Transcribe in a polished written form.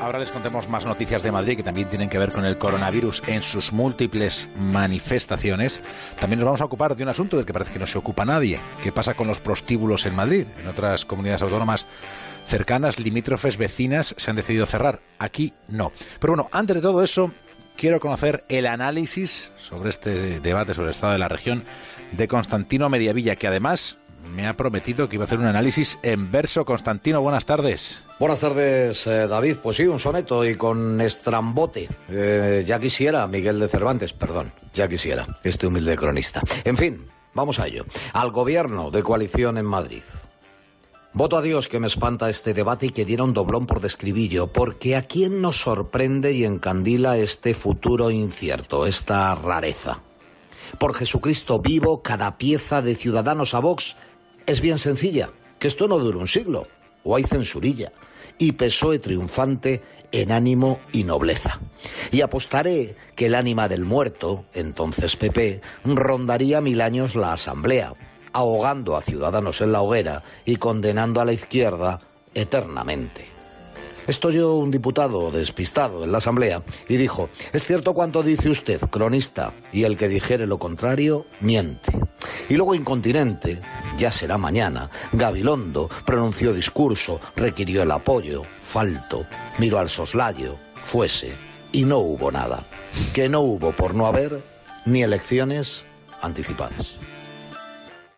ahora les contemos más noticias de Madrid que también tienen que ver con el coronavirus en sus múltiples manifestaciones. También nos vamos a ocupar de un asunto del que parece que no se ocupa nadie. ¿Qué pasa con los prostíbulos en Madrid? En otras comunidades autónomas cercanas, limítrofes, vecinas, se han decidido cerrar. Aquí no. Pero bueno, antes de todo eso, quiero conocer el análisis sobre este debate sobre el estado de la región de Constantino Mediavilla, que además me ha prometido que iba a hacer un análisis en verso. Constantino, buenas tardes. Buenas tardes, David. Pues sí, un soneto y con estrambote. Ya quisiera Miguel de Cervantes, perdón, ya quisiera este humilde cronista. En fin, vamos a ello. Al gobierno de coalición en Madrid. Voto a Dios que me espanta este debate y que diera un doblón por describillo, porque ¿a quién nos sorprende y encandila este futuro incierto, esta rareza? Por Jesucristo vivo, cada pieza de Ciudadanos a Vox es bien sencilla, que esto no dure un siglo, o hay censurilla, y PSOE triunfante en ánimo y nobleza. Y apostaré que el ánima del muerto, entonces PP, rondaría 1000 años la Asamblea, ahogando a Ciudadanos en la hoguera y condenando a la izquierda eternamente. Esto oyó un diputado despistado en la Asamblea y dijo: es cierto cuanto dice usted, cronista, y el que dijere lo contrario, miente. Y luego, incontinente, ya será mañana, Gabilondo pronunció discurso, requirió el apoyo, falto, miró al soslayo, fuese, y no hubo nada. Que no hubo por no haber ni elecciones anticipadas.